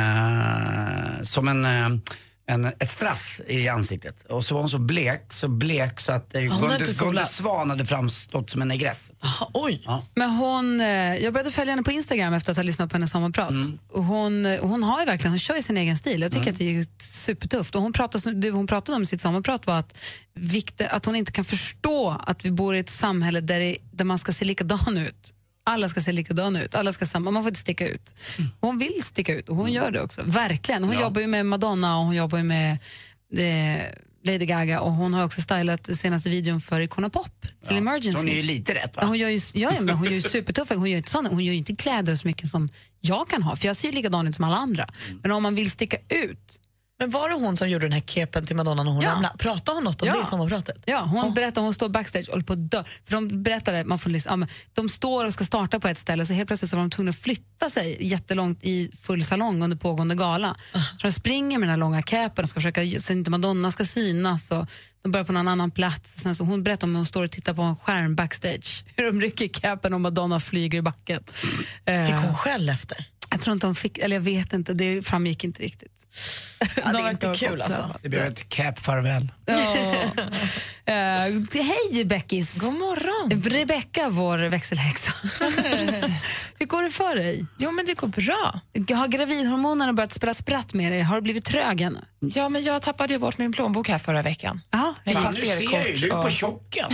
Speaker 9: ett strass i ansiktet. Och så var hon så blek så att Gunde Svan hade framstått som en negress.
Speaker 11: Aha, oj.
Speaker 9: Ja.
Speaker 8: Men jag började följa henne på Instagram efter att ha lyssnat på hennes sommarprat. Och hon har ju verkligen, hon kör ju sin egen stil. Jag tycker att det är supertufft. Och det hon pratade om i sitt sommarprat var att hon inte kan förstå att vi bor i ett samhälle där man ska se likadan ut. Alla ska se likadana ut, man får inte sticka ut. Hon vill sticka ut och hon gör det också, verkligen. Hon jobbar ju med Madonna och hon jobbar ju med Lady Gaga och hon har också stylat senaste videon för Icona Pop till Emergency.
Speaker 9: Så hon är ju lite rätt, va?
Speaker 8: Hon gör ju supertuffa, hon gör ju inte kläder så mycket som jag kan ha, för jag ser ju likadan ut som alla andra. Men om man vill sticka ut.
Speaker 11: Men var det hon som gjorde den här kepen till Madonna när hon ramlade? Pratade hon något om det i sommarpratet?
Speaker 8: Ja, hon berättade, hon står backstage och håller på att dö. För de berättade, man får lyssna, de står och ska starta på ett ställe, så helt plötsligt så var de tvungna att flytta sig jättelångt i full salong under pågående gala. Så de springer med den här långa kepen och ska försöka så inte Madonna ska synas, och de börjar på någon annan plats. Sen så hon berättar om hon står och tittar på en skärm backstage, hur de rycker kepen och Madonna flyger i backen.
Speaker 11: Fick hon själv efter?
Speaker 8: Jag tror inte de fick, eller jag vet inte, det framgick inte riktigt.
Speaker 11: Ja, det är inte kul alltså.
Speaker 9: Det blev ett cap-farväl.
Speaker 8: Hej Beckis.
Speaker 5: God morgon.
Speaker 8: Rebecca, vår växelhäxa. Hur går det för dig?
Speaker 5: Jo, men det går bra.
Speaker 8: Har gravidhormonerna börjat spela spratt med dig? Har du blivit trög ännu?
Speaker 5: Ja, men jag tappade ju bort min plånbok här förra veckan.
Speaker 8: Ja,
Speaker 9: nu ser jag du är på chocken.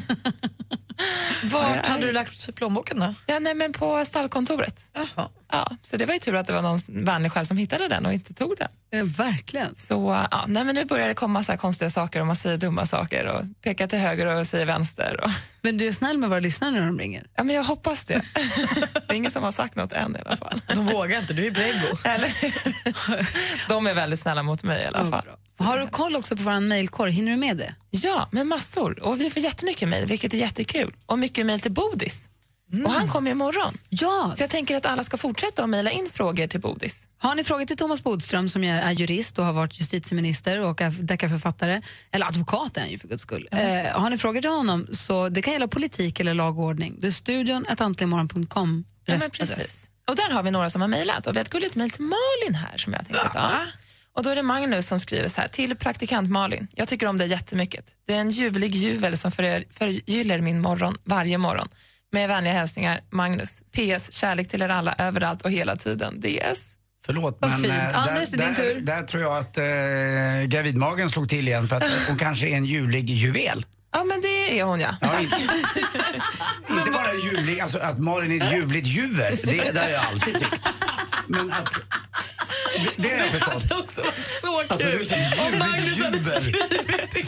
Speaker 11: Vart hade du lagt plånboken då?
Speaker 5: Ja, nej, men på stallkontoret.
Speaker 11: Jaha.
Speaker 5: Ja, så det var ju tur att det var någon vänlig själv som hittade den och inte tog den.
Speaker 8: Verkligen.
Speaker 5: Så nej, men nu börjar det komma så här konstiga saker och man säger dumma saker och pekar till höger och säger vänster. Och...
Speaker 8: Men du är snäll med våra lyssnare när de ringer?
Speaker 5: Ja, men jag hoppas det. Det är ingen som har sagt något än i alla fall.
Speaker 11: De vågar inte, du är Breggo.
Speaker 5: De är väldigt snälla mot mig i alla fall.
Speaker 8: Har du koll också på vår mejlkorg? Hinner du med det?
Speaker 5: Ja, med massor. Och vi får jättemycket mejl, vilket är jättekul. Och mycket mejl till Bodis. Och han kommer imorgon.
Speaker 8: Ja.
Speaker 5: Så jag tänker att alla ska fortsätta att mejla in frågor till Bodis.
Speaker 8: Har ni frågor till Thomas Bodström som är jurist och har varit justitieminister och är deckarförfattare, eller advokat är han ju för guds skull. Har ni frågor till honom så det kan gälla politik eller lagordning. Det är studion@antligenmorgon.com.
Speaker 5: Ja, men precis. Och där har vi några som har mejlat och vi har ett gulligt mejl till Malin här som jag tänkte ta. Och då är det Magnus som skriver så här: till praktikant Malin. Jag tycker om dig jättemycket. Det är en ljuvlig juvel som förgyller min morgon varje morgon. Med vänliga hälsningar, Magnus. PS, kärlek till er alla, överallt och hela tiden. DS.
Speaker 9: Förlåt, men
Speaker 8: Anders, din tur.
Speaker 9: Där tror jag att gravidmagen slog till igen för att hon kanske är en julig juvel.
Speaker 5: Ja, men det är hon, ja.
Speaker 9: Inte bara julig, alltså att Malin är ett ljuvligt juver. Det har jag alltid tyckt. Men att... Det har jag förstått.
Speaker 11: Det hade också varit så kul.
Speaker 9: Alltså, du är så
Speaker 11: om Magnus hade
Speaker 9: juvel.
Speaker 11: skrivit det.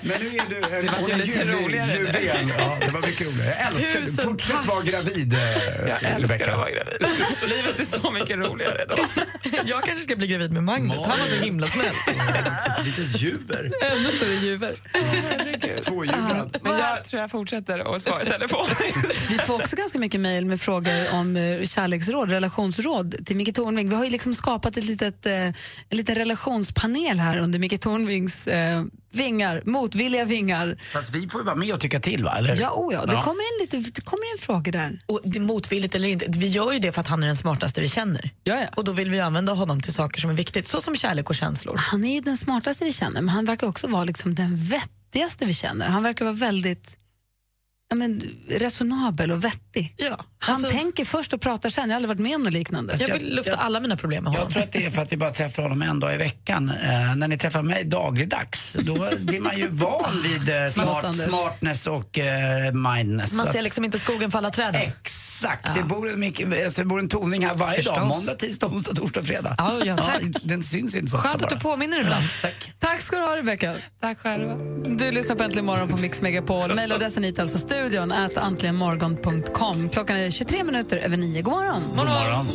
Speaker 9: Men nu är du
Speaker 5: det var ju lite roligare.
Speaker 9: Juvel. Ja, det var mycket roligare. Jag älskar det. Fortsätt vara gravid,
Speaker 5: jag älskar att vara gravid. Livet är så mycket roligare då.
Speaker 11: Jag kanske ska bli gravid med Magnus. Han var så himla snäll.
Speaker 9: Lite juver.
Speaker 11: Ännu större juver.
Speaker 9: Tvåhjulad.
Speaker 5: Men jag tror jag fortsätter att svara i telefon.
Speaker 8: Vi får också ganska mycket mejl med frågor om kärleksråd, relationsråd till Micke Tornving. Vi har ju liksom skapat en liten relationspanel här under Micke Tornvings vingar, motvilliga vingar.
Speaker 9: Fast vi får ju vara med och tycka till, va? Eller?
Speaker 8: Ja. Det kommer in frågor där.
Speaker 11: Och det motvilligt eller inte, vi gör ju det för att han är den smartaste vi känner.
Speaker 8: Ja.
Speaker 11: Och då vill vi använda honom till saker som är viktigt, så som kärlek och känslor.
Speaker 8: Han är ju den smartaste vi känner, men han verkar också vara liksom den vettigaste vi känner. Han verkar vara väldigt resonabel och vettig.
Speaker 11: Ja,
Speaker 8: han tänker först och pratar sen. Jag har aldrig varit med om något liknande.
Speaker 11: Jag vill lufta alla mina problem med honom.
Speaker 9: Jag tror att det är för att vi bara träffar honom en dag i veckan. När ni träffar mig dagligdags, då blir man ju van vid smartness och mindness.
Speaker 11: Man ser liksom inte skogen falla träden.
Speaker 9: Exakt. Ja. Det bor en toning här varje dag. Måndag, tisdag, onsdag, torsdag, fredag.
Speaker 11: Ja, tack.
Speaker 9: Den syns inte så.
Speaker 11: Skönt att du påminner ibland.
Speaker 8: Tack ska du ha, Rebecca.
Speaker 5: Tack själva.
Speaker 8: Du lyssnar på Äntligen morgon på Mix Megapol. Mailadressen hit alltså studion @antligenmorgon.com. Klockan är 23 minuter över 9. God morgon.
Speaker 9: God morgon.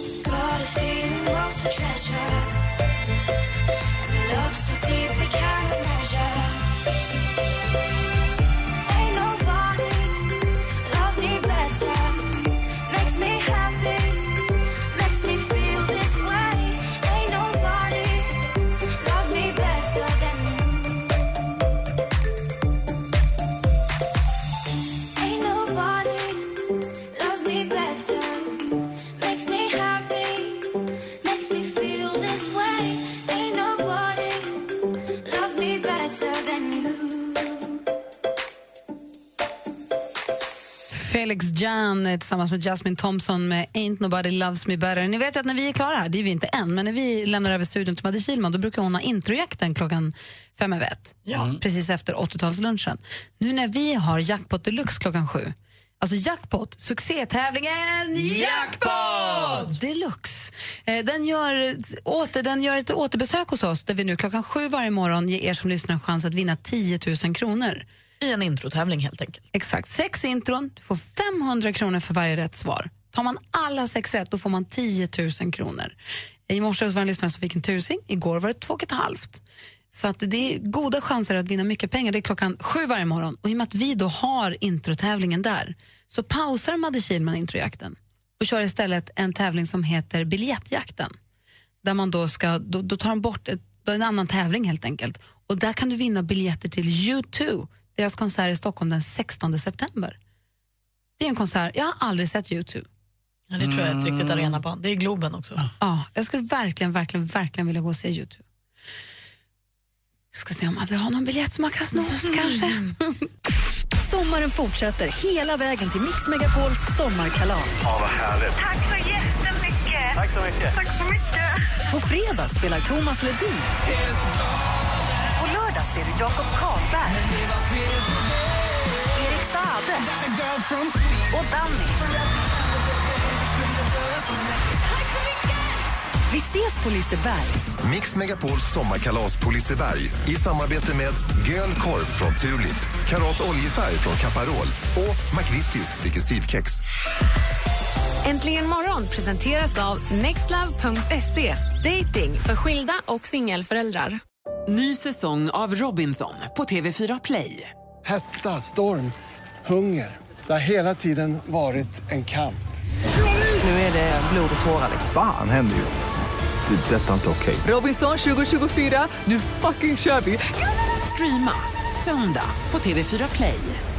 Speaker 8: Felix Jan tillsammans med Jasmine Thompson med Ain't Nobody Loves Me Better. Ni vet ju att när vi är klara här, det är vi inte än, men när vi lämnar över studion till Madde Kihlman, då brukar hon ha introjakten klockan 5:05. Ja. Precis efter 80-talslunchen. Nu när vi har Jackpot Deluxe klockan 7. Alltså Jackpot, succétävlingen Jackpot Deluxe. Den gör ett återbesök hos oss där vi nu klockan 7 varje morgon ger er som lyssnar en chans att vinna 10 000 kronor.
Speaker 11: I en introtävling helt enkelt.
Speaker 8: Exakt, 6 intron, du får 500 kronor för varje rätt svar. Tar man alla 6 rätt, då får man 10 000 kronor. I morse var en lyssnare som fick en tusing, igår var det 2,5. Så att det är goda chanser att vinna mycket pengar. Det är klockan 7 varje morgon. Och i och med att vi då har introtävlingen där, så pausar Madde Kihlman introjakten och kör istället en tävling som heter biljettjakten. Där man då tar de bort en annan tävling helt enkelt. Och där kan du vinna biljetter till U2. Deras konsert i Stockholm den 16 september. Det är en konsert, jag har aldrig sett U2.
Speaker 11: Ja, det tror jag är ett riktigt arenaband. Det är Globen också.
Speaker 8: Ja, jag skulle verkligen vilja gå och se U2. Jag ska se om jag har någon biljett som man kan sno, kanske.
Speaker 4: Sommaren fortsätter hela vägen till Mix Megapols sommarkalas.
Speaker 18: Ja, vad härligt.
Speaker 6: Tack så jättemycket.
Speaker 18: Tack så mycket.
Speaker 6: Tack så mycket.
Speaker 4: På fredag spelar Thomas Ledin. På lördag ser du Jakob Karlberg. Erik Saade. Och Danny. Vi ses på Liseberg.
Speaker 13: Mix Megapols sommarkalas på Liseberg i samarbete med Göl Korv från Tulip, Karat Oljefärg från Caparol och McVittys digestivkex.
Speaker 14: Äntligen morgon presenteras av nextlove.se. Dating för skilda och singelföräldrar.
Speaker 1: Ny säsong av Robinson på TV4 Play.
Speaker 2: Hetta, storm, hunger. Det har hela tiden varit en kamp.
Speaker 1: Nu är det blod och tårar.
Speaker 3: Fan händer just det. Det är detta inte okej.
Speaker 1: Robinson 2024, nu fucking kör vi. Streama söndag på TV4 Play.